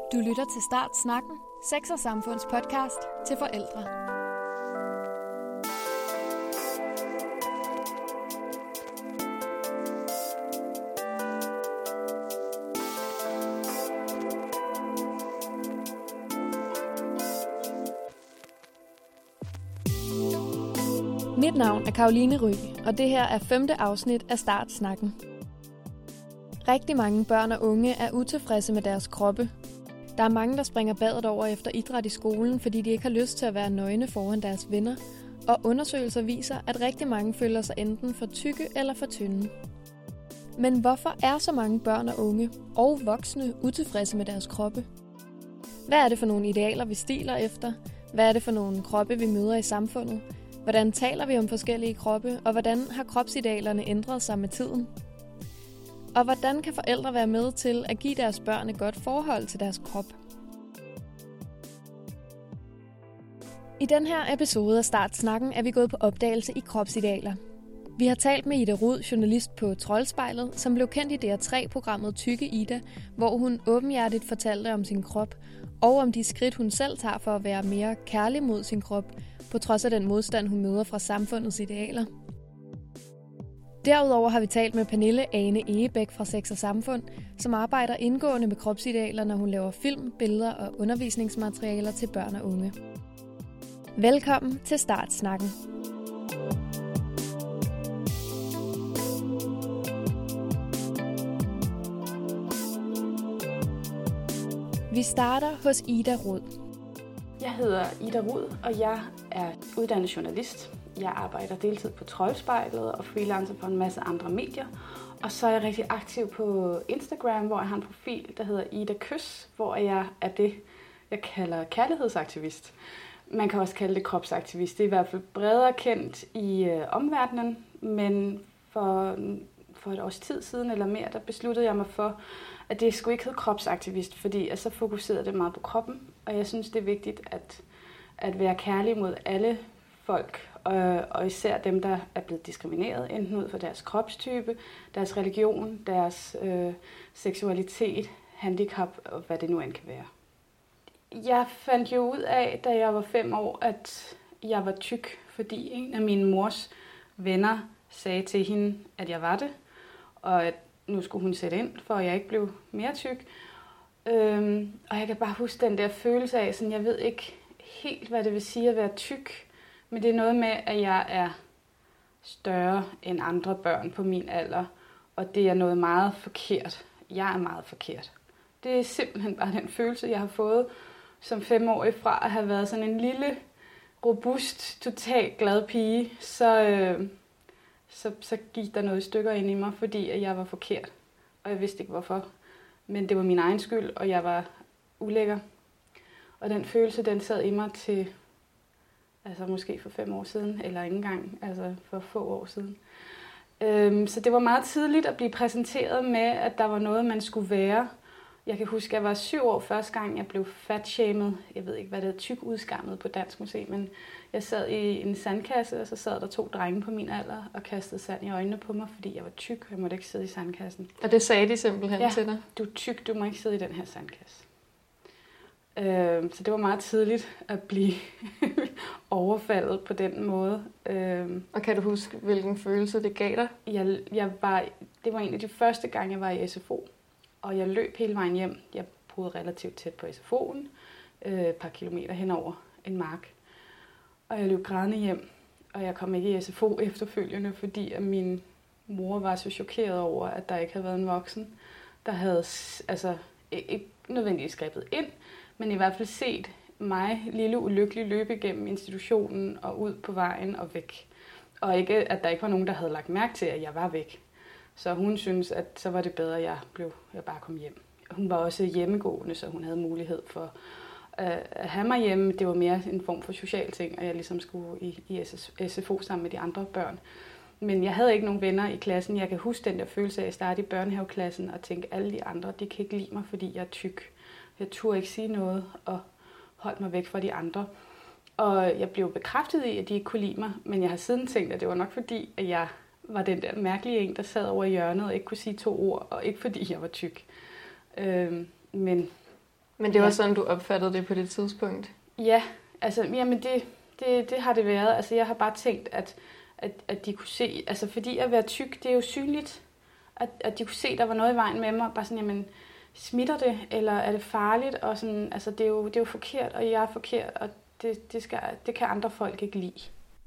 Du lytter til Start Snakken, Sex og Samfunds podcast til forældre. Mit navn er Caroline Ry, og det her er 5. afsnit af Start Snakken. Rigtig mange børn og unge er utilfredse med deres kroppe. Der er mange, der springer badet over efter idræt i skolen, fordi de ikke har lyst til at være nøgne foran deres venner. Og undersøgelser viser, at rigtig mange føler sig enten for tykke eller for tynde. Men hvorfor er så mange børn og unge og voksne utilfredse med deres kroppe? Hvad er det for nogle idealer, vi stiler efter? Hvad er det for nogle kroppe, vi møder i samfundet? Hvordan taler vi om forskellige kroppe, og hvordan har kropsidealerne ændret sig med tiden? Og hvordan kan forældre være med til at give deres børn et godt forhold til deres krop? I den her episode af Start Snakken er vi gået på opdagelse i kropsidealer. Vi har talt med Ida Rud, journalist på Troldspejlet, som blev kendt i DR3-programmet Tykke Ida, hvor hun åbenhjertigt fortalte om sin krop, og om de skridt, hun selv tager for at være mere kærlig mod sin krop, på trods af den modstand, hun møder fra samfundets idealer. Derudover har vi talt med Pernille Ane Egebæk fra Sex og Samfund, som arbejder indgående med kropsidealer, når hun laver film, billeder og undervisningsmaterialer til børn og unge. Velkommen til Start Snakken. Vi starter hos Ida Rud. Jeg hedder Ida Rud, og jeg er uddannet journalist. Jeg arbejder deltid på Troldspejlet og freelancer på en masse andre medier. Og så er jeg rigtig aktiv på Instagram, hvor jeg har en profil, der hedder Ida Kys, hvor jeg er det, jeg kalder kærlighedsaktivist. Man kan også kalde det kropsaktivist. Det er i hvert fald bredere kendt i omverdenen, men for et års tid siden eller mere, der besluttede jeg mig for, at det skulle ikke hedde kropsaktivist, fordi så fokuserede det meget på kroppen. Og jeg synes, det er vigtigt at være kærlig mod alle folk, og især dem, der er blevet diskrimineret, enten ud fra deres kropstype, deres religion, deres seksualitet, handicap og hvad det nu end kan være. Jeg fandt jo ud af, da jeg var 5 år, at jeg var tyk, fordi en af mine mors venner sagde til hende, at jeg var det, og at nu skulle hun sætte ind, for at jeg ikke blev mere tyk. Og jeg kan bare huske den der følelse af, sådan, jeg ved ikke helt, hvad det vil sige at være tyk, men det er noget med, at jeg er større end andre børn på min alder, og det er noget meget forkert. Jeg er meget forkert. Det er simpelthen bare den følelse, jeg har fået som 5-årig fra at have været sådan en lille, robust, totalt glad pige, så gik der noget i stykker ind i mig, fordi at jeg var forkert. Og jeg vidste ikke hvorfor. Men det var min egen skyld, og jeg var ulækker. Og den følelse, den sad i mig til, altså måske for 5 år siden, eller ikke engang, altså for få år siden. Så det var meget tidligt at blive præsenteret med, at der var noget, man skulle være. Jeg kan huske, at jeg var 7 år første gang, jeg blev fatshamed. Jeg ved ikke, hvad det hedder, tyk udskammet på dansk måske, men jeg sad i en sandkasse, og så sad der 2 drenge på min alder og kastede sand i øjnene på mig, fordi jeg var tyk, og jeg måtte ikke sidde i sandkassen. Og det sagde de simpelthen til dig? Du er tyk, du må ikke sidde i den her sandkasse. Så det var meget tidligt at blive overfaldet på den måde. Og kan du huske, hvilken følelse det gav dig? Det var en af de første gange, jeg var i SFO. Og jeg løb hele vejen hjem. Jeg boede relativt tæt på SFO'en, et par kilometer henover en mark. Og jeg løb grædende hjem, og jeg kom ikke i SFO efterfølgende, fordi at min mor var så chokeret over, at der ikke havde været en voksen, der havde ikke nødvendigvis grebet ind, men i hvert fald set mig, lille ulykkelig, løbe igennem institutionen og ud på vejen og væk. Og ikke, at der ikke var nogen, der havde lagt mærke til, at jeg var væk. Så hun synes, at så var det bedre, at jeg bare kom hjem. Hun var også hjemmegående, så hun havde mulighed for at have mig hjemme. Det var mere en form for social ting, at jeg ligesom skulle i SFO sammen med de andre børn. Men jeg havde ikke nogen venner i klassen. Jeg kan huske den der følelse af at starte i børnehaveklassen og tænke, alle de andre, de kan ikke lide mig, fordi jeg er tyk. Jeg turde ikke sige noget og holdt mig væk fra de andre. Og jeg blev bekræftet i, at de ikke kunne lide mig, men jeg har siden tænkt, at det var nok fordi, at jeg var den der mærkelige en, der sad over i hjørnet og ikke kunne sige 2 ord, og ikke fordi jeg var tyk. Men Men det var sådan, du opfattede det på det tidspunkt? Ja, altså, jamen det har det været. Altså, jeg har bare tænkt, at de kunne se, altså fordi at være tyk, det er jo synligt, at de kunne se, der var noget i vejen med mig, bare sådan, jamen, smitter det, eller er det farligt, og sådan, altså det er jo forkert, og jeg er forkert, og det kan andre folk ikke lide.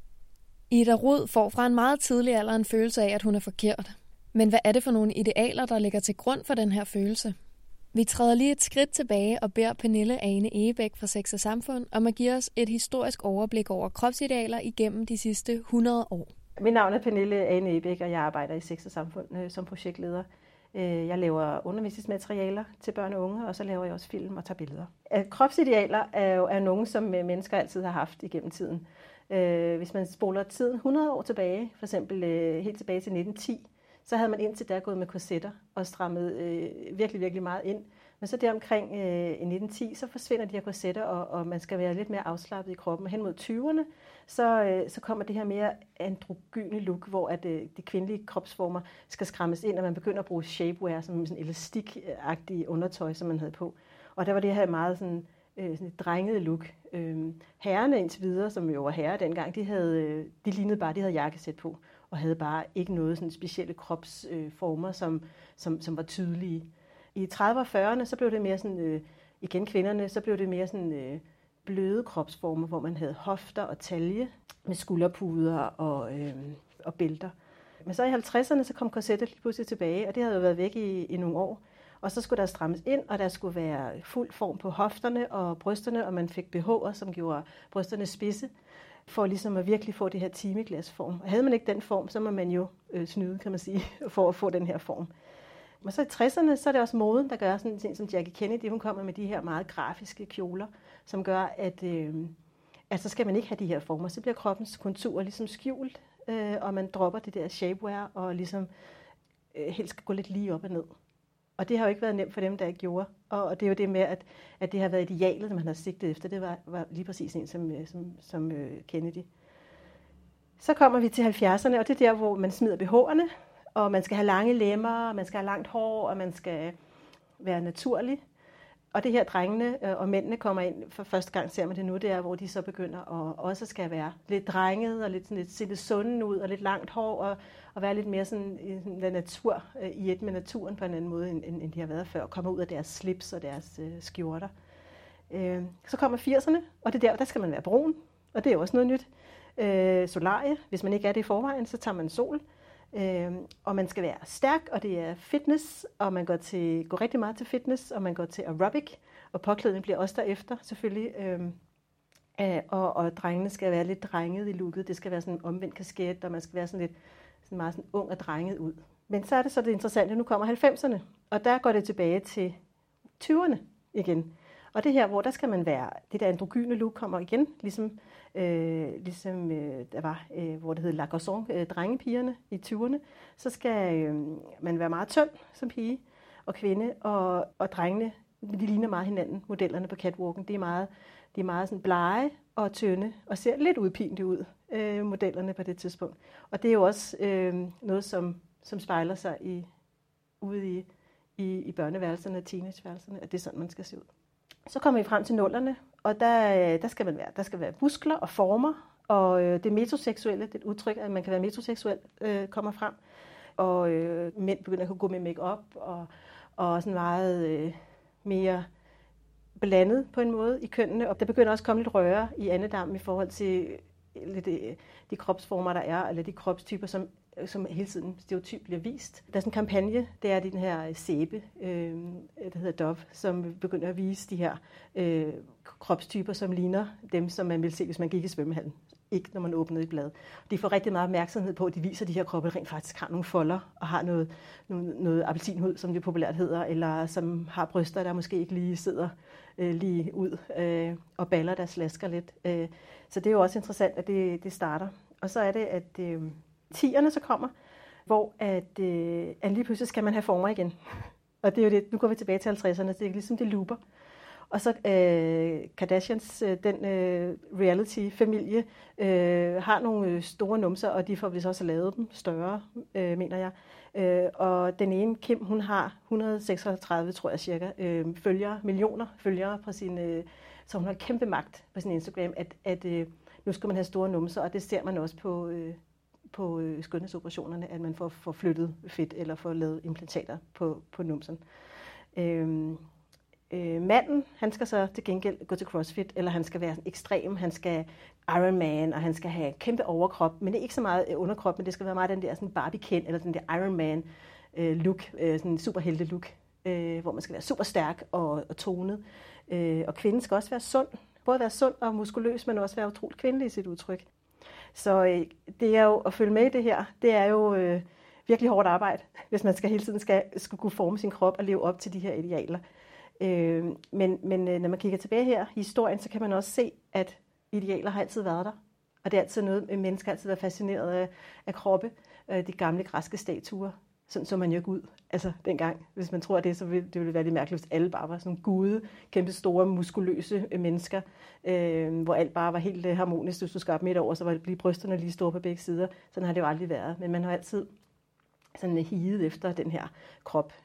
Ida Rud får fra en meget tidlig alder en følelse af, at hun er forkert. Men hvad er det for nogle idealer, der ligger til grund for den her følelse? Vi træder lige et skridt tilbage og beder Pernille Ane Egebæk fra Sex og Samfund om at give os et historisk overblik over kropsidealer igennem de sidste 100 år. Mit navn er Pernille Ane Egebæk, og jeg arbejder i Sex og Samfund som projektleder. Jeg laver undervisningsmaterialer til børn og unge, og så laver jeg også film og tager billeder. Kropsidealer er nogen, som mennesker altid har haft igennem tiden. Hvis man spoler tiden 100 år tilbage, for eksempel helt tilbage til 1910, så havde man indtil der gået med korsetter og strammet virkelig, virkelig meget ind. Men så deromkring i 1910, så forsvinder de her korsetter, og man skal være lidt mere afslappet i kroppen. Hen mod 20'erne, så kommer det her mere androgyne look, hvor at de kvindelige kropsformer skal skræmmes ind, og man begynder at bruge shapewear som sådan elastikagtige undertøj, som man havde på. Og der var det her meget sådan et drenget look. Herrerne indtil videre, som jo var herrer dengang, de lignede bare, de havde jakkesæt på, og havde bare ikke noget sådan specielle kropsformer, som var tydelige. I 30'erne og 40'erne, så blev det mere sådan, igen kvinderne, så blev det mere sådan bløde kropsformer, hvor man havde hofter og talje med skulderpuder og bælter. Men så i 50'erne, så kom korsettet lige pludselig tilbage, og det havde jo været væk i nogle år. Og så skulle der strammes ind, og der skulle være fuld form på hofterne og brysterne, og man fik BH'er, som gjorde brysterne spidse, for ligesom at virkelig få det her timeglasform. Og havde man ikke den form, så må man jo snyde, kan man sige, for at få den her form. Og så i 60'erne, så er det også moden, der gør sådan en ting som Jackie Kennedy. Hun kommer med de her meget grafiske kjoler, som gør, at så skal man ikke have de her former. Så bliver kroppens konturer ligesom skjult, og man dropper det der shapewear, og ligesom helst skal gå lidt lige op og ned. Og det har jo ikke været nemt for dem, der ikke gjorde. Og det er jo det med, at det har været idealet, man har sigtet efter. Det var lige præcis en som Kennedy. Så kommer vi til 70'erne, og det er der, hvor man smider BH'erne, og man skal have lange lemmer, og man skal have langt hår, og man skal være naturlig. Og det her drengene og mændene kommer ind, for første gang ser man det nu, det er, hvor de så begynder at også skal være lidt drenget, og se lidt sunde ud, og lidt langt hår, og være lidt mere sådan natur, i et med naturen på en anden måde, end de har været før, og komme ud af deres slips og deres skjorter. Så kommer 80'erne, og det der skal man være brun, og det er også noget nyt. Solarie, hvis man ikke er det i forvejen, så tager man sol. Og man skal være stærk, og det er fitness, og man går rigtig meget til fitness, og man går til aerobic, og påklædning bliver også derefter selvfølgelig. Og drengene skal være lidt drenget i looket. Det skal være sådan en omvendt kasket, og man skal være sådan lidt sådan meget sådan ung og drenget ud. Men så er det så det interessante, nu kommer 90'erne, og der går det tilbage til 20'erne igen. Og det her, hvor der skal man være, det der androgyne look kommer igen, ligesom der var, hvor det hed La Garçon, drengepigerne i 20'erne, så skal man være meget tynd som pige og kvinde, og drengene, de ligner meget hinanden, modellerne på catwalken, de er meget sådan blege og tynde, og ser lidt udpinte ud, modellerne på det tidspunkt. Og det er jo også noget, som spejler sig ude i børneværelserne og teenageværelserne, at det er sådan, man skal se ud. Så kommer vi frem til 0'erne, og der skal være muskler og former, og det metroseksuelle, det udtryk, at man kan være metroseksuel, kommer frem. Og mænd begynder at kunne gå med make-up, og sådan meget mere blandet på en måde i kønnene. Og der begynder også at komme lidt røre i andedammen i forhold til de kropsformer, der er, eller de kropstyper, som hele tiden stereotyp bliver vist. Der er sådan en kampagne, det er den her sæbe, der hedder Dove, som begynder at vise de her kropstyper, som ligner dem, som man ville se, hvis man gik i svømmehallen. Ikke når man åbnede et blad. De får rigtig meget opmærksomhed på, at de viser, at de her kroppe rent faktisk har nogle folder, og har noget appelsinhud, som det populært hedder, eller som har bryster, der måske ikke lige sidder lige ud, og baller, der slasker lidt. Så det er jo også interessant, at det starter. Og så er det, at 10'erne så kommer, hvor at lige pludselig skal man have former igen. Og det er jo det, nu går vi tilbage til 50'erne, det er ligesom det looper. Og så Kardashians, den reality-familie, har nogle store numser, og de får vist også lavet dem større, mener jeg. Og den ene, Kim, hun har 136, tror jeg cirka, millioner følgere på sin... så hun har kæmpe magt på sin Instagram, at nu skal man have store numser, og det ser man også på skønhedsoperationerne, at man får flyttet fedt eller får lavet implantater på numsen. Manden, han skal så til gengæld gå til CrossFit, eller han skal være ekstrem, han skal Ironman, og han skal have kæmpe overkrop, men det er ikke så meget underkrop, men det skal være meget den der sådan Barbie-ken, eller den der Ironman look, sådan en superhelte look, hvor man skal være super stærk og tonet. Og kvinden skal også være sund, både være sund og muskuløs, men også være utroligt kvindelig i sit udtryk. Så det er jo at følge med i det her, det er jo virkelig hårdt arbejde, hvis man hele tiden skal kunne forme sin krop og leve op til de her idealer. Men når man kigger tilbage her i historien, så kan man også se, at idealer har altid været der. Og det er altid noget, mennesker har altid været fascineret af kroppe. De gamle græske statuer, sådan så man jo ikke ud. Altså dengang, hvis man tror det, så ville det være lidt mærkeligt, hvis alle bare var sådan gude, kæmpe store, muskuløse mennesker, hvor alt bare var helt harmonisk. Hvis du skabte midt over, så var det blive brysterne lige store på begge sider. Sådan har det jo aldrig været. Men man har altid sådan higet efter den her krop.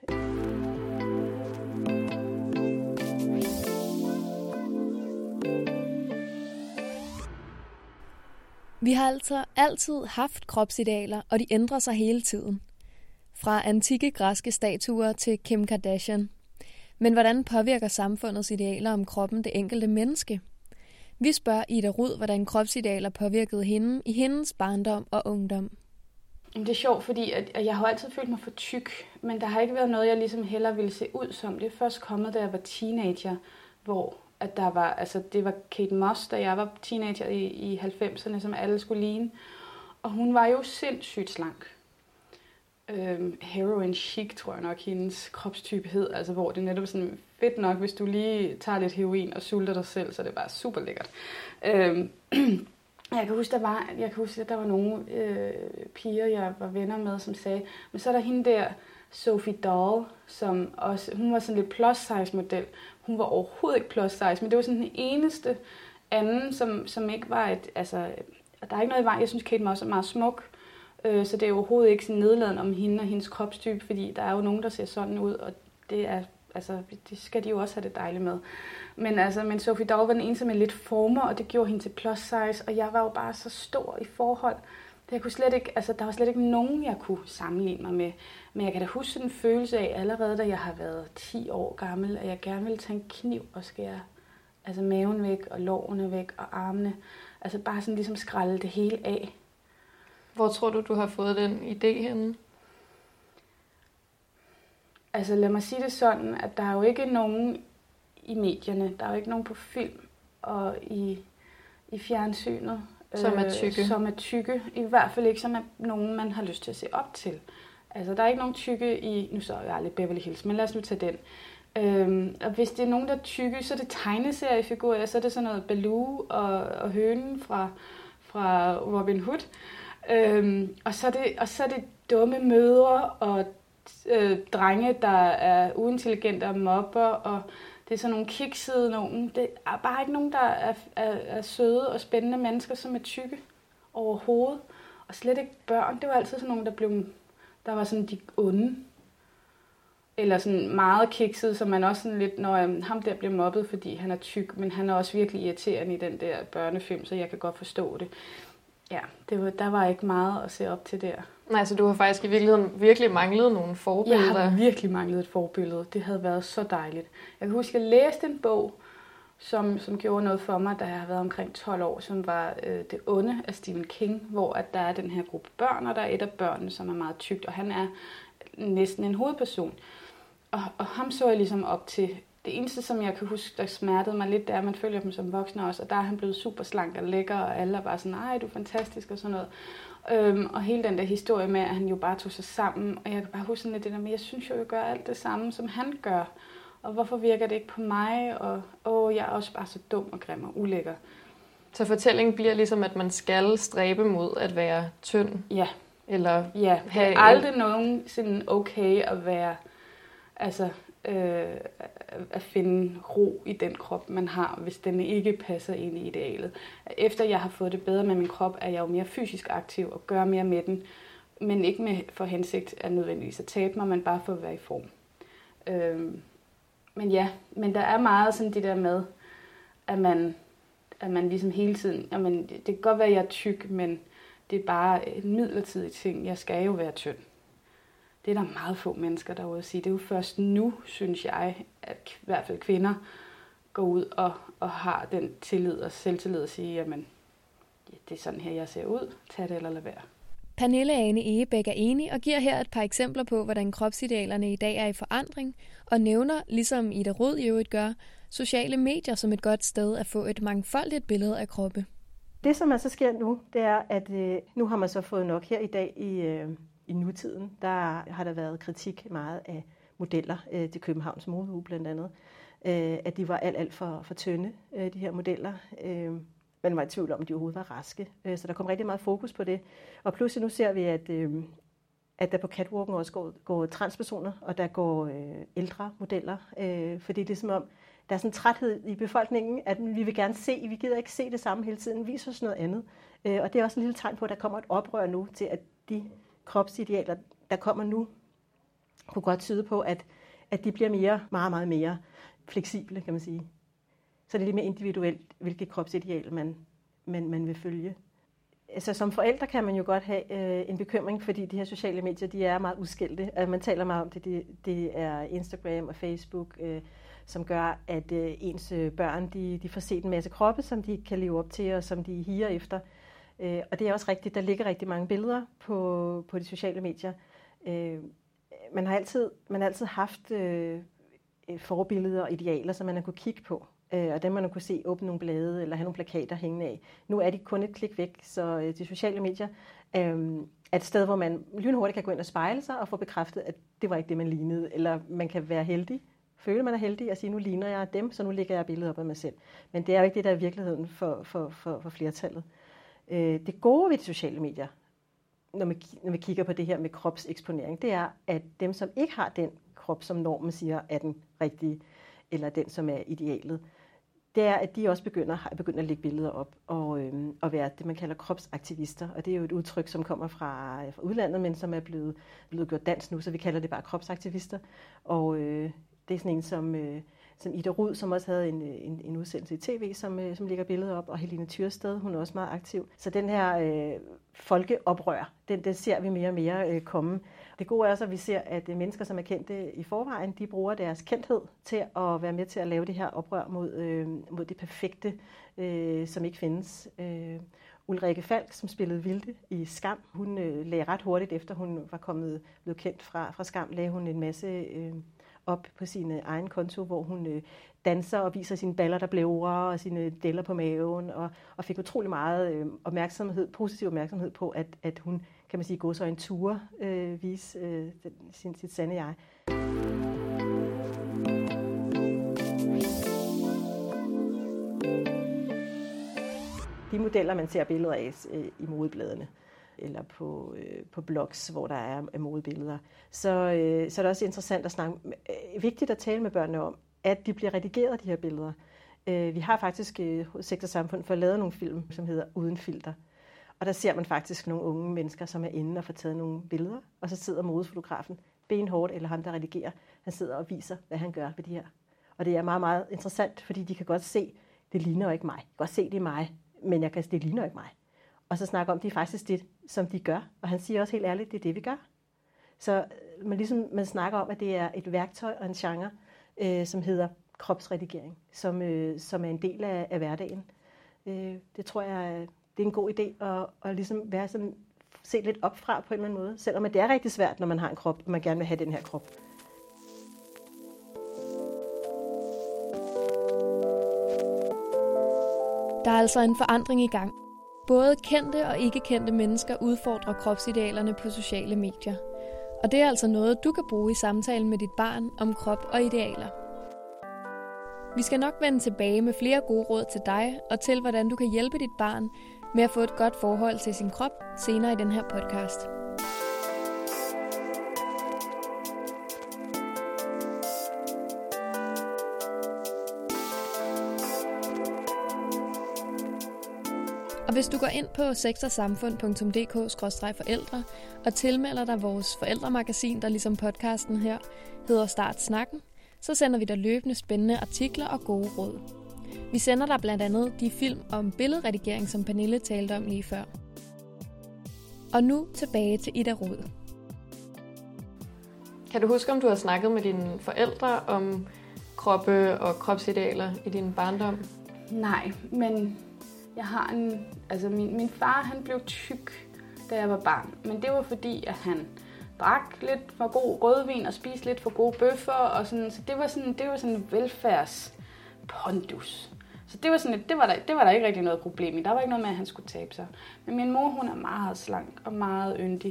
Vi har altså altid haft kropsidealer, og de ændrer sig hele tiden. Fra antikke græske statuer til Kim Kardashian. Men hvordan påvirker samfundets idealer om kroppen det enkelte menneske? Vi spørger Ida Rud, hvordan kropsidealer påvirkede hende i hendes barndom og ungdom. Det er sjovt, fordi at jeg har altid følt mig for tyk, men der har ikke været noget, jeg ligesom hellere ville se ud som. Det er først kommet, da jeg var teenager, hvor at der var, altså det var Kate Moss, da jeg var teenager i 90'erne, som alle skulle ligne. Og hun var jo sindssygt slank. Heroin chic, tror jeg nok, hendes kropstype hed, altså hvor det netop sådan fedt nok, hvis du lige tager lidt heroin og sulter dig selv, så det var super lækkert. Jeg kan huske, at der var nogle piger, jeg var venner med, som sagde, men så er der hende der, Sophie Dahl, som også, hun var sådan lidt plus size model. Hun var overhovedet ikke plus size, men det var sådan den eneste anden, som ikke var et, altså, der er ikke noget i vejen. Jeg synes, Kate Moss er meget smuk, så det er overhovedet ikke sådan nedladende om hende og hendes kropstype, fordi der er jo nogen, der ser sådan ud, og det er, altså, det skal de jo også have det dejligt med. Men Sophie Dahl var den eneste med lidt former, og det gjorde hende til plus size, og jeg var jo bare så stor i forhold. Jeg kunne slet ikke, altså, der var slet ikke nogen, jeg kunne sammenligne mig med. Men jeg kan da huske sådan en følelse af, allerede da jeg har været 10 år gammel, at jeg gerne ville tage en kniv og skære altså maven væk, og lårene væk, og armene. Altså bare sådan ligesom skrælle det hele af. Hvor tror du har fået den idé henne? Altså lad mig sige det sådan, at der er jo ikke nogen i medierne, der er jo ikke nogen på film og i fjernsynet, som er tykke. I hvert fald ikke som er nogen, man har lyst til at se op til. Altså der er ikke nogen tykke i, nu så er jeg aldrig Beverly Hills, men lad os nu tage den. Og hvis det er nogen, der er tykke, så er det tegneseriefigurer, så er det sådan noget Baloo og hønen fra Robin Hood. Og så er det dumme mødre og drenge, der er uintelligente og mobber, og det er sådan nogle kiksede nogen. Det er bare ikke nogen, der er søde og spændende mennesker, som er tykke overhovedet. Og slet ikke børn. Det var altid sådan nogen, der var sådan de onde. Eller sådan meget kiksede, så man også sådan lidt, når ham der bliver mobbet, fordi han er tyk, men han er også virkelig irriterende i den der børnefilm, så jeg kan godt forstå det. Ja, der var ikke meget at se op til der. Nej, så du har faktisk i virkeligheden virkelig manglet nogle forbilleder. Jeg har virkelig manglet et forbillede. Det havde været så dejligt. Jeg kan huske, at jeg læste en bog, som gjorde noget for mig, da jeg har været omkring 12 år, som var Det onde af Stephen King, hvor at der er den her gruppe børn, og der er et af børnene, som er meget tykt, og han er næsten en hovedperson. Og ham så jeg ligesom op til. Det eneste, som jeg kan huske, der smertede mig lidt, det er, at man følger dem som voksne også, og der er han blevet super slank og lækker, og alle er bare sådan, ej, du er fantastisk og sådan noget. Og hele den der historie med, at han jo bare tog sig sammen, og jeg kan bare huske sådan lidt det der med, jeg synes jo, jeg gør alt det samme, som han gør, og hvorfor virker det ikke på mig, og jeg er også bare så dum og grim og ulækker. Så fortællingen bliver ligesom, at man skal stræbe mod at være tynd? Ja. Eller ja, det er aldrig nogensinde okay at være, altså, at finde ro i den krop, man har, hvis den ikke passer ind i idealet. Efter jeg har fået det bedre med min krop, er jeg jo mere fysisk aktiv og gør mere med den, men ikke med for hensigt at nødvendigvis at tabe mig, men bare for at være i form. Men der er meget sådan det der med, at man ligesom hele tiden, jamen, det kan godt være, at jeg er tyk, men det er bare en midlertidig ting. Jeg skal jo være tynd. Det er der meget få mennesker derude at sige. Det er jo først nu, synes jeg, at i hvert fald kvinder går ud og har den tillid og selvtillid at sige, jamen, det er sådan her, jeg ser ud. Tag det eller lad være. Pernille Ane Egebæk er enig og giver her et par eksempler på, hvordan kropsidealerne i dag er i forandring, og nævner, ligesom Ida Rud i øvrigt gør, sociale medier som et godt sted at få et mangfoldigt billede af kroppe. Det, som altså sker nu, det er, at nu har man så fået nok her i dag i nutiden. Der har der været kritik meget af modeller til Københavns Modeuge blandt andet. At de var alt for tynde, de her modeller. Man var i tvivl om, at de overhovedet var raske. Så der kom rigtig meget fokus på det. Og pludselig nu ser vi, at der på catwalken også går transpersoner, og der går ældre modeller. Fordi det er som om, der er sådan en træthed i befolkningen, at vi vil gerne se, vi gider ikke se det samme hele tiden, vis os noget andet. Og det er også en lille tegn på, at der kommer et oprør nu til, at de kropsidealer, der kommer nu, kunne godt tyde på, at de bliver meget, meget mere fleksible, kan man sige. Så det er lidt mere individuelt, hvilket kropsideal man vil følge. Altså, som forældre kan man jo godt have en bekymring, fordi de her sociale medier, de er meget udskilte. Man taler meget om det er Instagram og Facebook, som gør, at ens børn de får set en masse kroppe, som de kan leve op til, og som de higer efter. Og det er også rigtigt, der ligger rigtig mange billeder på de sociale medier. Man har altid haft forbilleder og idealer, som man har kunne kigge på. Og dem man har kunne se åbne nogle blade eller have nogle plakater hængende af. Nu er de kun et klik væk, så de sociale medier er et sted, hvor man lynhurtigt kan gå ind og spejle sig og få bekræftet, at det var ikke det, man lignede. Eller man kan være heldig, føle man er heldig og sige, nu ligner jeg dem, så nu lægger jeg billedet op af mig selv. Men det er jo ikke det, der er virkeligheden for flertallet. Det gode ved de sociale medier, når vi kigger på det her med kropseksponering, det er, at dem, som ikke har den krop, som normen siger, er den rigtige, eller den, som er idealet, det er, at de også begynder at lægge billeder op og være det, man kalder kropsaktivister. Og det er jo et udtryk, som kommer fra udlandet, men som er blevet gjort dansk nu, så vi kalder det bare kropsaktivister. Og det er sådan en som Ida Rud, som også havde en udsendelse i tv, som lægger billeder op, og Helene Thyrsted, hun er også meget aktiv. Så den her folkeoprør, den ser vi mere og mere komme. Det gode er også, at vi ser, at mennesker, som er kendte i forvejen, de bruger deres kendthed til at være med til at lave det her oprør mod det perfekte, som ikke findes. Ulrike Falk, som spillede Vilde i Skam, hun lagde ret hurtigt efter, hun var blevet kendt fra Skam, lagde hun en masse op på sin egen konto, hvor hun danser og viser sine baller, der blævrer, og sine deller på maven, og fik utrolig meget positiv opmærksomhed på, at hun, kan man sige, gå så en tur, vise sit sande jeg. De modeller, man ser billeder af i modebladene, eller på blogs, hvor der er modebilleder, så er det også interessant at snakke, vigtigt at tale med børnene om, at de bliver redigeret, de her billeder. Vi har faktisk Sex og Samfund for at lave nogle film, som hedder Uden Filter. Og der ser man faktisk nogle unge mennesker, som er inde og får taget nogle billeder, og så sidder modefotografen benhårdt, eller ham, der redigerer, han sidder og viser, hvad han gør ved de her. Og det er meget, meget interessant, fordi de kan godt se, det ligner jo ikke mig. Jeg kan godt se, det er mig, men det ligner jo ikke mig. Og så snakker om, det er faktisk det, som de gør. Og han siger også helt ærligt, det er det, vi gør. Så man snakker om, at det er et værktøj og en genre, som hedder kropsredigering, som er en del af hverdagen. Det tror jeg, det er en god idé at ligesom være sådan, se lidt opfra på en eller anden måde. Selvom det er rigtig svært, når man har en krop, og man gerne vil have den her krop. Der er altså en forandring i gang. Både kendte og ikke kendte mennesker udfordrer kropsidealerne på sociale medier. Og det er altså noget, du kan bruge i samtalen med dit barn om krop og idealer. Vi skal nok vende tilbage med flere gode råd til dig, og til hvordan du kan hjælpe dit barn med at få et godt forhold til sin krop senere i den her podcast. hvis du går ind på sexogsamfund.dk/forældre og tilmelder dig vores forældremagasin, der ligesom podcasten her hedder Start Snakken, så sender vi dig løbende spændende artikler og gode råd. Vi sender dig blandt andet de film om billedredigering, som Pernille talte om lige før. Og nu tilbage til Ida Rud. Kan du huske, om du har snakket med dine forældre om kroppe og kropsidealer i din barndom? Nej, men jeg har min far, han blev tyk, da jeg var barn. Men det var fordi, at han drak lidt for god rødvin og spiste lidt for gode bøffer og sådan. Så det var sådan en velfærdspondus. Så det var der ikke rigtig noget problem i. Der var ikke noget med, at han skulle tabe sig. Men min mor, hun er meget slank og meget yndig.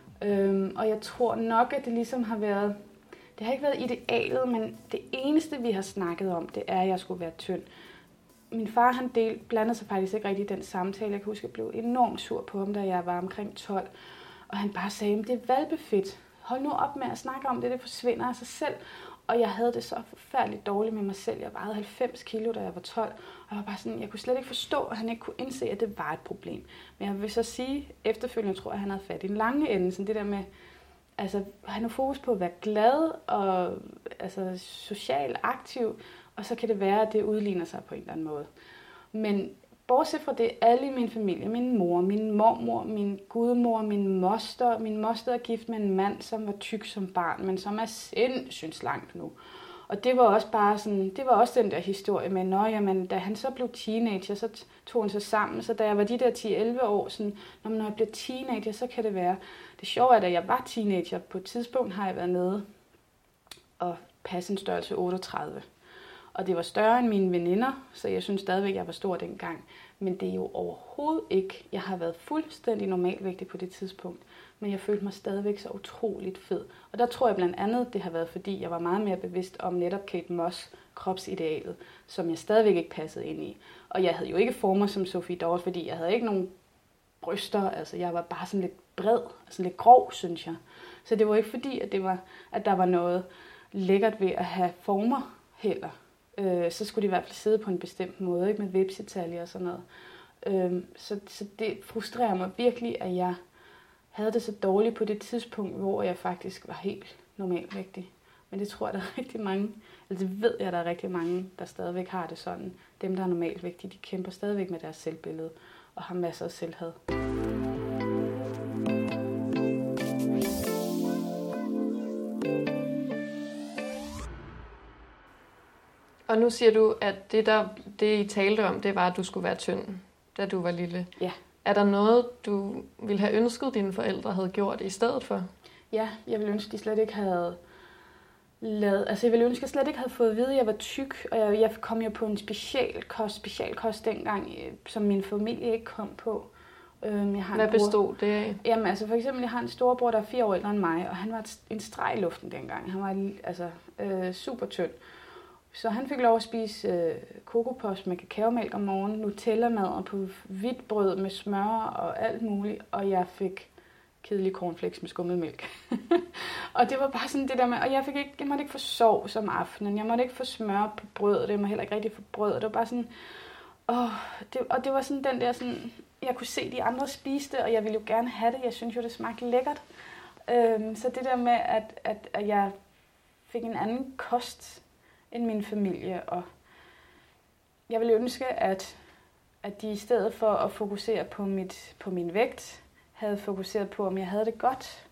Og jeg tror nok, at det ligesom har været... Det har ikke været idealet, men det eneste, vi har snakket om, det er, at jeg skulle være tynd. Min far, han blandede sig faktisk ikke rigtig i den samtale. Jeg kan huske, at jeg blev enormt sur på ham, da jeg var omkring 12. Og han bare sagde, det er hvalpefedt. Hold nu op med at snakke om det, det forsvinder af sig selv. Og jeg havde det så forfærdeligt dårligt med mig selv. Jeg vejede 90 kilo, da jeg var 12. Og jeg var bare sådan, jeg kunne slet ikke forstå, at han ikke kunne indse, at det var et problem. Men jeg vil så sige, efterfølgende tror jeg, at han havde fat i en lange ende. Sådan det der med, altså han har fokus på at være glad og altså, socialt aktiv. Og så kan det være, at det udligner sig på en eller anden måde. Men bortset fra det, alle i min familie, min mor, min mormor, min gudmor, min moster er gift med en mand, som var tyk som barn, men som er sindssygt slank nu. Og det var også bare sådan, det var også den der historie med, jamen, da han så blev teenager, så tog han sig sammen. Så da jeg var de der 10-11 år, sådan, når jeg bliver teenager, så kan det være. Det sjove er, at da jeg var teenager, på et tidspunkt har jeg været nede og passe en størrelse 38. Og det var større end mine veninder, så jeg synes stadigvæk, at jeg var stor dengang. Men det er jo overhovedet ikke. Jeg har været fuldstændig normalvægtig på det tidspunkt, men jeg følte mig stadigvæk så utroligt fed. Og der tror jeg blandt andet, det har været, fordi jeg var meget mere bevidst om netop Kate Moss kropsidealet, som jeg stadigvæk ikke passede ind i. Og jeg havde jo ikke former som Sofie Dorr, fordi jeg havde ikke nogen bryster. Altså jeg var bare sådan lidt bred, sådan lidt grov, synes jeg. Så det var ikke fordi, at der var noget lækkert ved at have former heller. Så skulle de i hvert fald sidde på en bestemt måde, ikke med vipsetaljer og sådan noget. Så det frustrerer mig virkelig, at jeg havde det så dårligt på det tidspunkt, hvor jeg faktisk var helt normalvægtig. Men det tror jeg, der er rigtig mange, altså det ved jeg, der er rigtig mange, der stadigvæk har det sådan. Dem, der er normalvægtige, de kæmper stadigvæk med deres selvbillede og har masser af selvhad. Og nu siger du, at det I talte om, det var, at du skulle være tynd, da du var lille. Ja. Er der noget, du ville have ønsket, dine forældre havde gjort i stedet for? Ja, jeg ville ønske, de slet ikke havde lavet... Altså, jeg ville ønske, at jeg slet ikke havde fået at vide, at jeg var tyk. Og jeg kom jo på en specialkost dengang, som min familie ikke kom på. Hvad bestod det af? Jamen, altså for eksempel, jeg har en storebror, der er 4 år ældre end mig, og han var en streg i luften dengang. Han var super tynd. Så han fik lov at spise kokopost med kakaomælk om morgenen, Nutella-mad på hvidt brød med smør og alt muligt, og jeg fik kedelige cornflakes med skummet mælk. Og det var bare sådan det der med, og jeg måtte ikke få sovs om aftenen, jeg måtte ikke få smør på brødet, jeg måtte heller ikke rigtig få brød, det var bare sådan, det var sådan den der sådan, jeg kunne se de andre spiste, og jeg ville jo gerne have det, jeg synes jo det smagte lækkert. Så det der med, at jeg fik en anden kost end min familie, og jeg ville ønske, at de i stedet for at fokusere på min vægt, havde fokuseret på, om jeg havde det godt.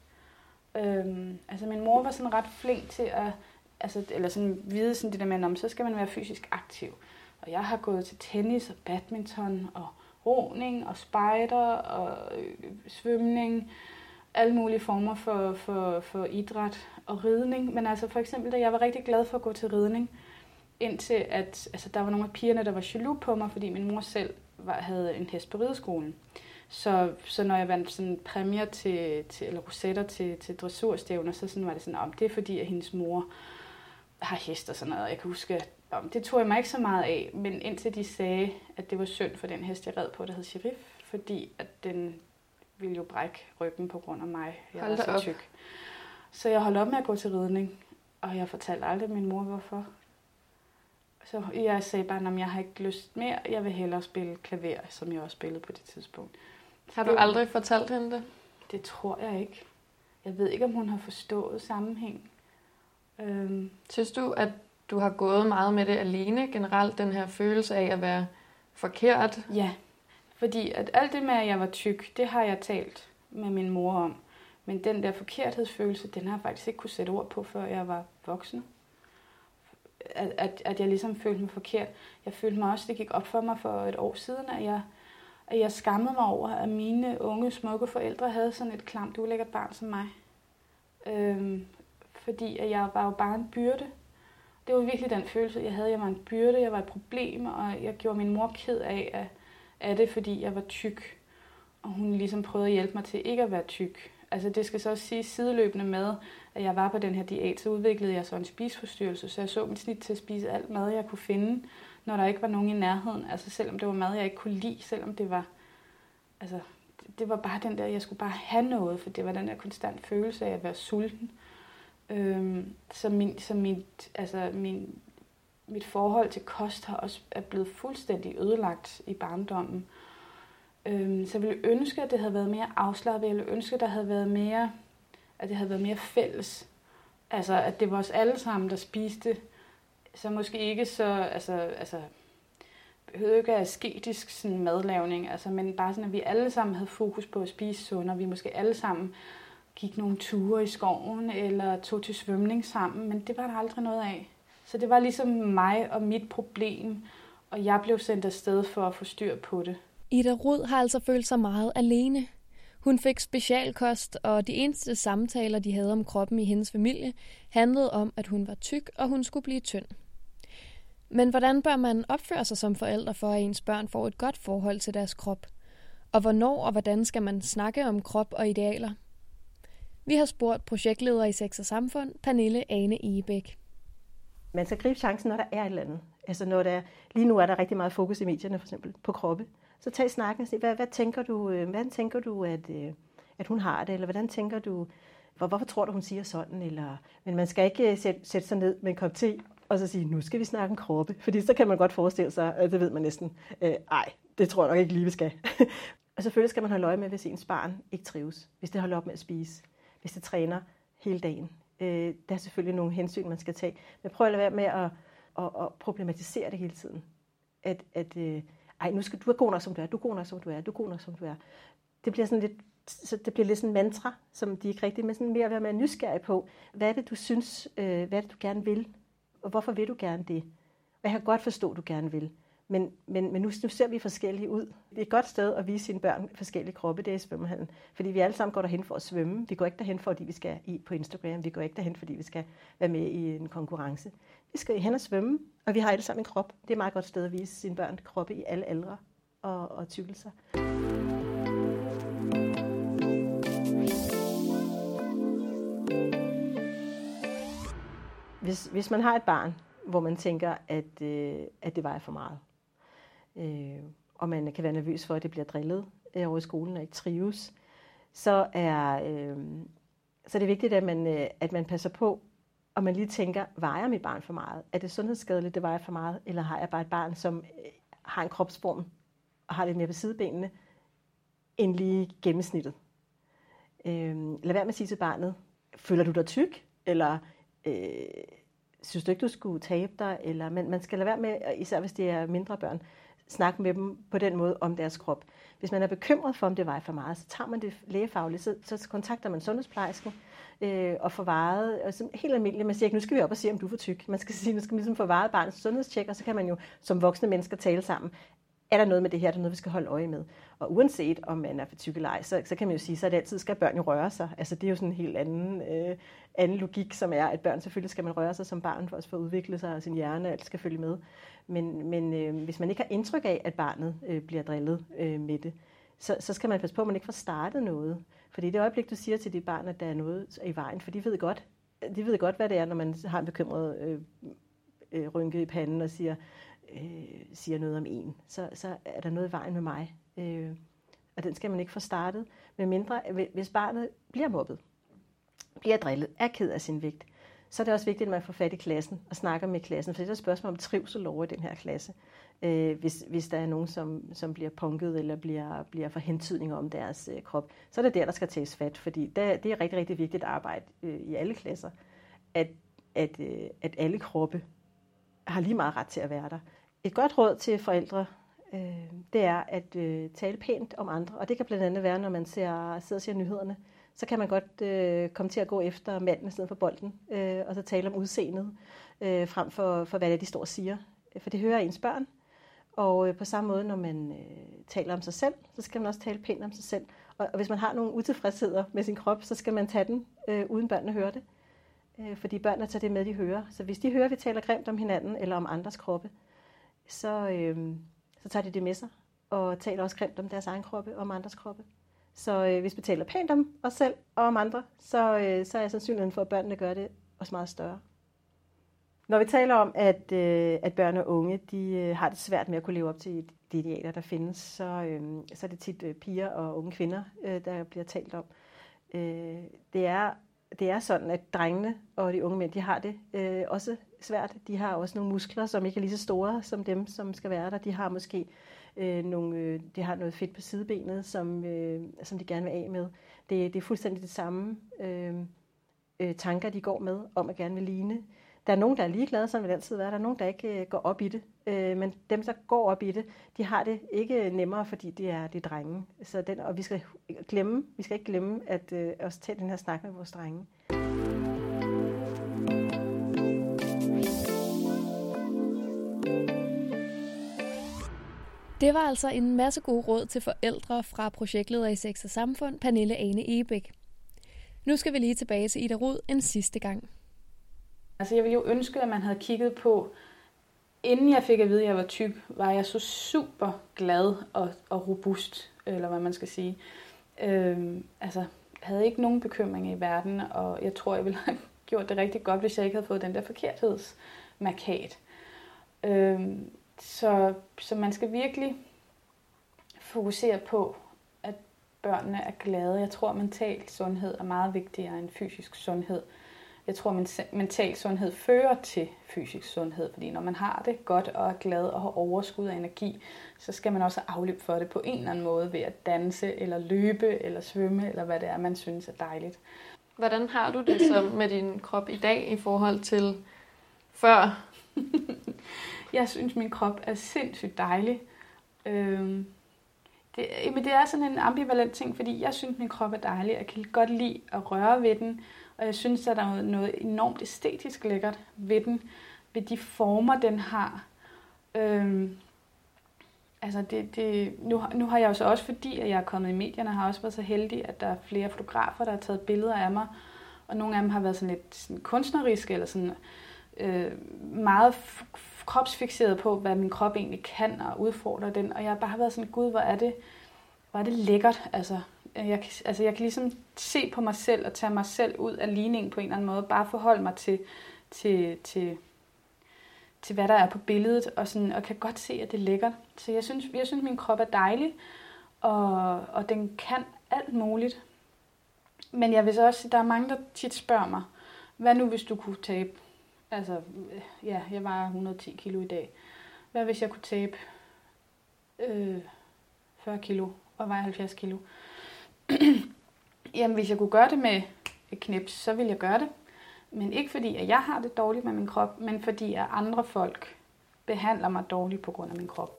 Altså min mor var sådan ret flink til at, eller sådan vide sådan det der med, så skal man være fysisk aktiv. Og jeg har gået til tennis og badminton og roning og spejder og svømning, alle mulige former for idræt og ridning. Men altså for eksempel, da jeg var rigtig glad for at gå til ridning, indtil at der var nogle af pigerne, der var jaloux på mig, fordi min mor selv havde en hest på rideskolen. Så når jeg vandt sådan præmier eller rosetter til dressurstævner, så sådan var det sådan, det er fordi, at hendes mor har hest og sådan noget. Jeg kan huske, det tog jeg mig ikke så meget af, men indtil de sagde, at det var synd for den hest, jeg red på, der hed Sheriff, fordi at den ville jo brække ryggen på grund af mig. Jeg var så tyk. Så jeg holdt op med at gå til ridning, og jeg fortalte aldrig min mor, hvorfor. Så jeg sagde bare, at jeg har ikke lyst mere. Jeg vil hellere spille klaver, som jeg også spillede på det tidspunkt. Har du aldrig fortalt hende det? Det tror jeg ikke. Jeg ved ikke, om hun har forstået sammenhæng. Synes du, at du har gået meget med det alene generelt, den her følelse af at være forkert? Ja, fordi at alt det med, at jeg var tyk, det har jeg talt med min mor om. Men den der forkerthedsfølelse, den har jeg faktisk ikke kunne sætte ord på, før jeg var voksen. At jeg ligesom følte mig forkert. Jeg følte mig også, det gik op for mig for et år siden, at jeg skammede mig over, at mine unge, smukke forældre havde sådan et klamt, ulækkert barn som mig. Fordi at jeg var jo bare en byrde. Det var virkelig den følelse, jeg havde. Jeg var en byrde, jeg var et problem, og jeg gjorde min mor ked af det, fordi jeg var tyk. Og hun ligesom prøvede at hjælpe mig til ikke at være tyk. Altså det skal så også sige sideløbende med, at jeg var på den her diæt, så udviklede jeg så en spiseforstyrrelse, så jeg så mit snit til at spise alt mad, jeg kunne finde, når der ikke var nogen i nærheden. Altså selvom det var mad, jeg ikke kunne lide, selvom det var, altså det var bare den der, jeg skulle bare have noget, for det var den der konstant følelse af at være sulten. Mit forhold til kost har også er blevet fuldstændig ødelagt i barndommen. Så jeg ville ønske, at det havde været mere afslappet. Jeg ville ønske, at det havde været mere fælles. Altså, at det var os alle sammen, der spiste. Så måske ikke så, behøvede ikke asketisk sådan madlavning, men bare sådan, at vi alle sammen havde fokus på at spise sundere. Vi måske alle sammen gik nogle ture i skoven, eller tog til svømning sammen, men det var der aldrig noget af. Så det var ligesom mig og mit problem, og jeg blev sendt afsted for at få styr på det. Ida Rud har altså følt sig meget alene. Hun fik specialkost, og de eneste samtaler, de havde om kroppen i hendes familie, handlede om, at hun var tyk, og hun skulle blive tynd. Men hvordan bør man opføre sig som forældre, for at ens børn får et godt forhold til deres krop? Og hvornår og hvordan skal man snakke om krop og idealer? Vi har spurgt projektleder i Sex og Samfund, Pernille Ane Egebæk. Man skal gribe chancen, når der er et eller andet. Altså lige nu er der rigtig meget fokus i medierne, for eksempel på kroppe. Så tag snakken og sig, hvad tænker du, at hun har det? Eller hvordan tænker du, hvorfor tror du, hun siger sådan? Men man skal ikke sætte sig ned med en kop te og så sige, nu skal vi snakke om kroppe. Fordi så kan man godt forestille sig, og det ved man næsten, det tror jeg nok ikke lige, vi skal. Og selvfølgelig skal man holde øje med, hvis ens barn ikke trives. Hvis det holder op med at spise. Hvis det træner hele dagen. Der er selvfølgelig nogle hensyn, man skal tage. Men prøv at lade være med at problematisere det hele tiden. Du er god nok, som du er. Du er god nok, som du er. Du er god nok, som du er. Det bliver sådan lidt sådan en mantra, som de ikke rigtig, men sådan mere at være mere nysgerrig på. Hvad er det, du synes? Hvad er det, du gerne vil? Og hvorfor vil du gerne det? Og jeg kan godt forstå, du gerne vil. Men nu ser vi forskellige ud. Det er et godt sted at vise sine børn forskellige kroppe, det er i svømmehallen. Fordi vi alle sammen går derhen for at svømme. Vi går ikke derhen, fordi vi skal på Instagram. Vi går ikke derhen, fordi vi skal være med i en konkurrence. Vi skal hen og svømme, og vi har alle sammen en krop. Det er et meget godt sted at vise sine børn kroppe i alle aldre og tykkelser. Hvis man har et barn, hvor man tænker, at det vejer for meget, og man kan være nervøs for, at det bliver drillet over i skolen og ikke trives, så er det vigtigt, at man passer på, og man lige tænker, vejer mit barn for meget? Er det sundhedsskadeligt, det vejer for meget? Eller har jeg bare et barn, som har en kropsform og har lidt mere på sidebenene end lige gennemsnittet? Lad være med at sige til barnet, føler du dig tyk? Eller synes du ikke, du skulle tabe dig? Eller man skal lade være med, især hvis det er mindre børn, snakke med dem på den måde om deres krop. Hvis man er bekymret for, om det vejer for meget, så tager man det lægefagligt, så kontakter man sundhedsplejersken og får vejet, og helt almindeligt, man siger ikke, nu skal vi op og se, om du er for tyk. Man skal sige, nu skal vi ligesom få vejet barnets sundhedstjek, og så kan man jo som voksne mennesker tale sammen. Er der noget med det her, der er noget, vi skal holde øje med? Og uanset om man er for tyk eller ej, så kan man jo sige, så altid skal børn jo røre sig. Altså det er jo sådan en helt anden logik, som er, at børn selvfølgelig skal man røre sig som barn, for også for at udvikle sig, og sin hjerne, alt skal følge med. Men hvis man ikke har indtryk af, at barnet bliver drillet med det, så skal man passe på, at man ikke får startet noget. Fordi i det øjeblik, du siger til dit barn, at der er noget i vejen, for de ved godt, hvad det er, når man har en bekymret rynke i panden og siger noget om en, så er der noget i vejen med mig. Og den skal man ikke få startet, med mindre, hvis barnet bliver mobbet, bliver drillet, er ked af sin vægt, så er det også vigtigt, at man får fat i klassen og snakker med klassen, for det er et spørgsmål om trivsel over i den her klasse. Hvis der er nogen, som bliver punket eller bliver for hentydninger om deres krop, så er det der skal tages fat, fordi det er rigtig, rigtig vigtigt arbejde i alle klasser, at alle kroppe har lige meget ret til at være der. Et godt råd til forældre, det er at tale pænt om andre, og det kan blandt andet være, når man sidder og ser nyhederne, så kan man godt komme til at gå efter manden i stedet for bolden, og så tale om udseendet, frem for hvad det er, de står og siger. For det hører ens børn, og på samme måde, når man taler om sig selv, så skal man også tale pænt om sig selv. Og hvis man har nogle utilfredsheder med sin krop, så skal man tage den, uden børnene hører det. Fordi børnene tager det med, de hører. Så hvis de hører, at vi taler grimt om hinanden, eller om andres kroppe, så tager de det med sig, og taler også grimt om deres egen kroppe og om andres kroppe. Så hvis vi taler pænt om os selv og om andre, så er sandsynligheden for, at børnene gør det også meget større. Når vi taler om, at børn og unge de har det svært med at kunne leve op til de idealer, der findes, så er det tit piger og unge kvinder, der bliver talt om. Det er sådan, at drengene og de unge mænd, de har det også svært. De har også nogle muskler, som ikke er lige så store som dem, som skal være der. De har måske de har noget fedt på sidebenet, som de gerne vil af med. Det er fuldstændig det samme tanker, de går med, om at gerne vil ligne. Der er nogen, der er ligeglade, som vil altid være. Der er nogen, der ikke går op i det. Men dem, der går op i det, de har det ikke nemmere, fordi det er drenge. Og vi skal ikke glemme at også tage den her snak med vores drenge. Det var altså en masse gode råd til forældre fra projektleder i Sex og Samfund, Pernille Ane Egebæk. Nu skal vi lige tilbage til Ida Rud en sidste gang. Altså jeg ville jo ønske, at man havde kigget på, inden jeg fik at vide, at jeg var tyk, var jeg så super glad og robust, eller hvad man skal sige. Altså havde ikke nogen bekymring i verden, og jeg tror, jeg ville have gjort det rigtig godt, hvis jeg ikke havde fået den der forkerthedsmarkat. Så man skal virkelig fokusere på, at børnene er glade. Jeg tror, at mental sundhed er meget vigtigere end fysisk sundhed. Jeg tror, at mental sundhed fører til fysisk sundhed, fordi når man har det godt og er glad og har overskud af energi, så skal man også afløbe for det på en eller anden måde ved at danse eller løbe eller svømme eller hvad det er, man synes er dejligt. Hvordan har du det så med din krop i dag i forhold til før? Jeg synes, min krop er sindssygt dejlig. Det er sådan en ambivalent ting, fordi jeg synes, min krop er dejlig. Jeg kan godt lide at røre ved den, og jeg synes, at der er noget enormt æstetisk lækkert ved den, ved de former, den har. Nu har jeg jo så også, fordi at jeg er kommet i medierne, har også været så heldig, at der er flere fotografer, der har taget billeder af mig, og nogle af dem har været sådan lidt sådan kunstneriske, eller sådan meget kropsfikseret på, hvad min krop egentlig kan, og udfordre den, og jeg har bare været sådan, gud, hvor er det lækkert, altså. Jeg kan ligesom se på mig selv og tage mig selv ud af ligningen på en eller anden måde, bare forholde mig til hvad der er på billedet, og kan godt se, at det er lækkert. Så jeg synes min krop er dejlig, og den kan alt muligt. Men jeg vil så også, der er mange, der tit spørger mig, hvad nu hvis du kunne tabe, altså, ja, jeg vejer 110 kilo i dag. Hvad hvis jeg kunne tabe 40 kilo og veje 70 kilo? Jamen, hvis jeg kunne gøre det med et knips, så ville jeg gøre det. Men ikke fordi, at jeg har det dårligt med min krop, men fordi, at andre folk behandler mig dårligt på grund af min krop.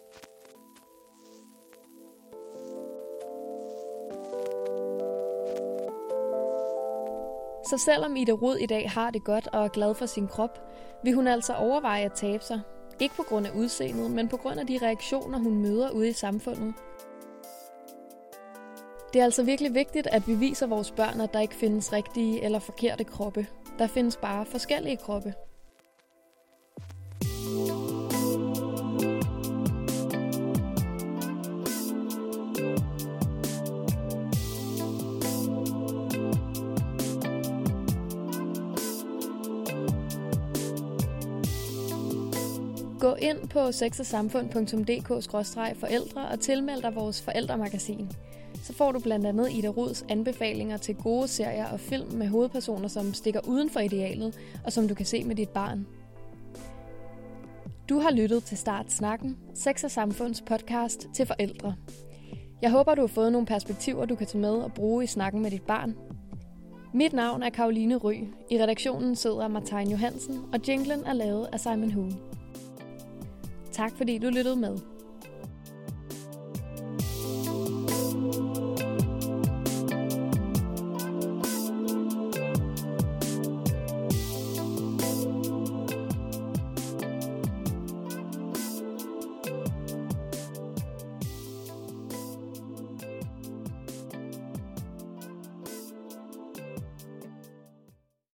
Så selvom Ida Rud i dag har det godt og er glad for sin krop, vil hun altså overveje at tabe sig. Ikke på grund af udseendet, men på grund af de reaktioner, hun møder ude i samfundet. Det er altså virkelig vigtigt, at vi viser vores børn, at der ikke findes rigtige eller forkerte kroppe. Der findes bare forskellige kroppe. Gå ind på sexogsamfund.dk/forældre og tilmeld dig vores forældremagasin. så får du blandt andet Ida Ruds anbefalinger til gode serier og film med hovedpersoner, som stikker uden for idealet, og som du kan se med dit barn. Du har lyttet til Start Snakken, Sex og Samfunds podcast til forældre. Jeg håber, du har fået nogle perspektiver, du kan tage med og bruge i snakken med dit barn. Mit navn er Caroline Ry. I redaktionen sidder Martin Johansen, og jinglen er lavet af Simon Huhn. Tak fordi du lyttede med.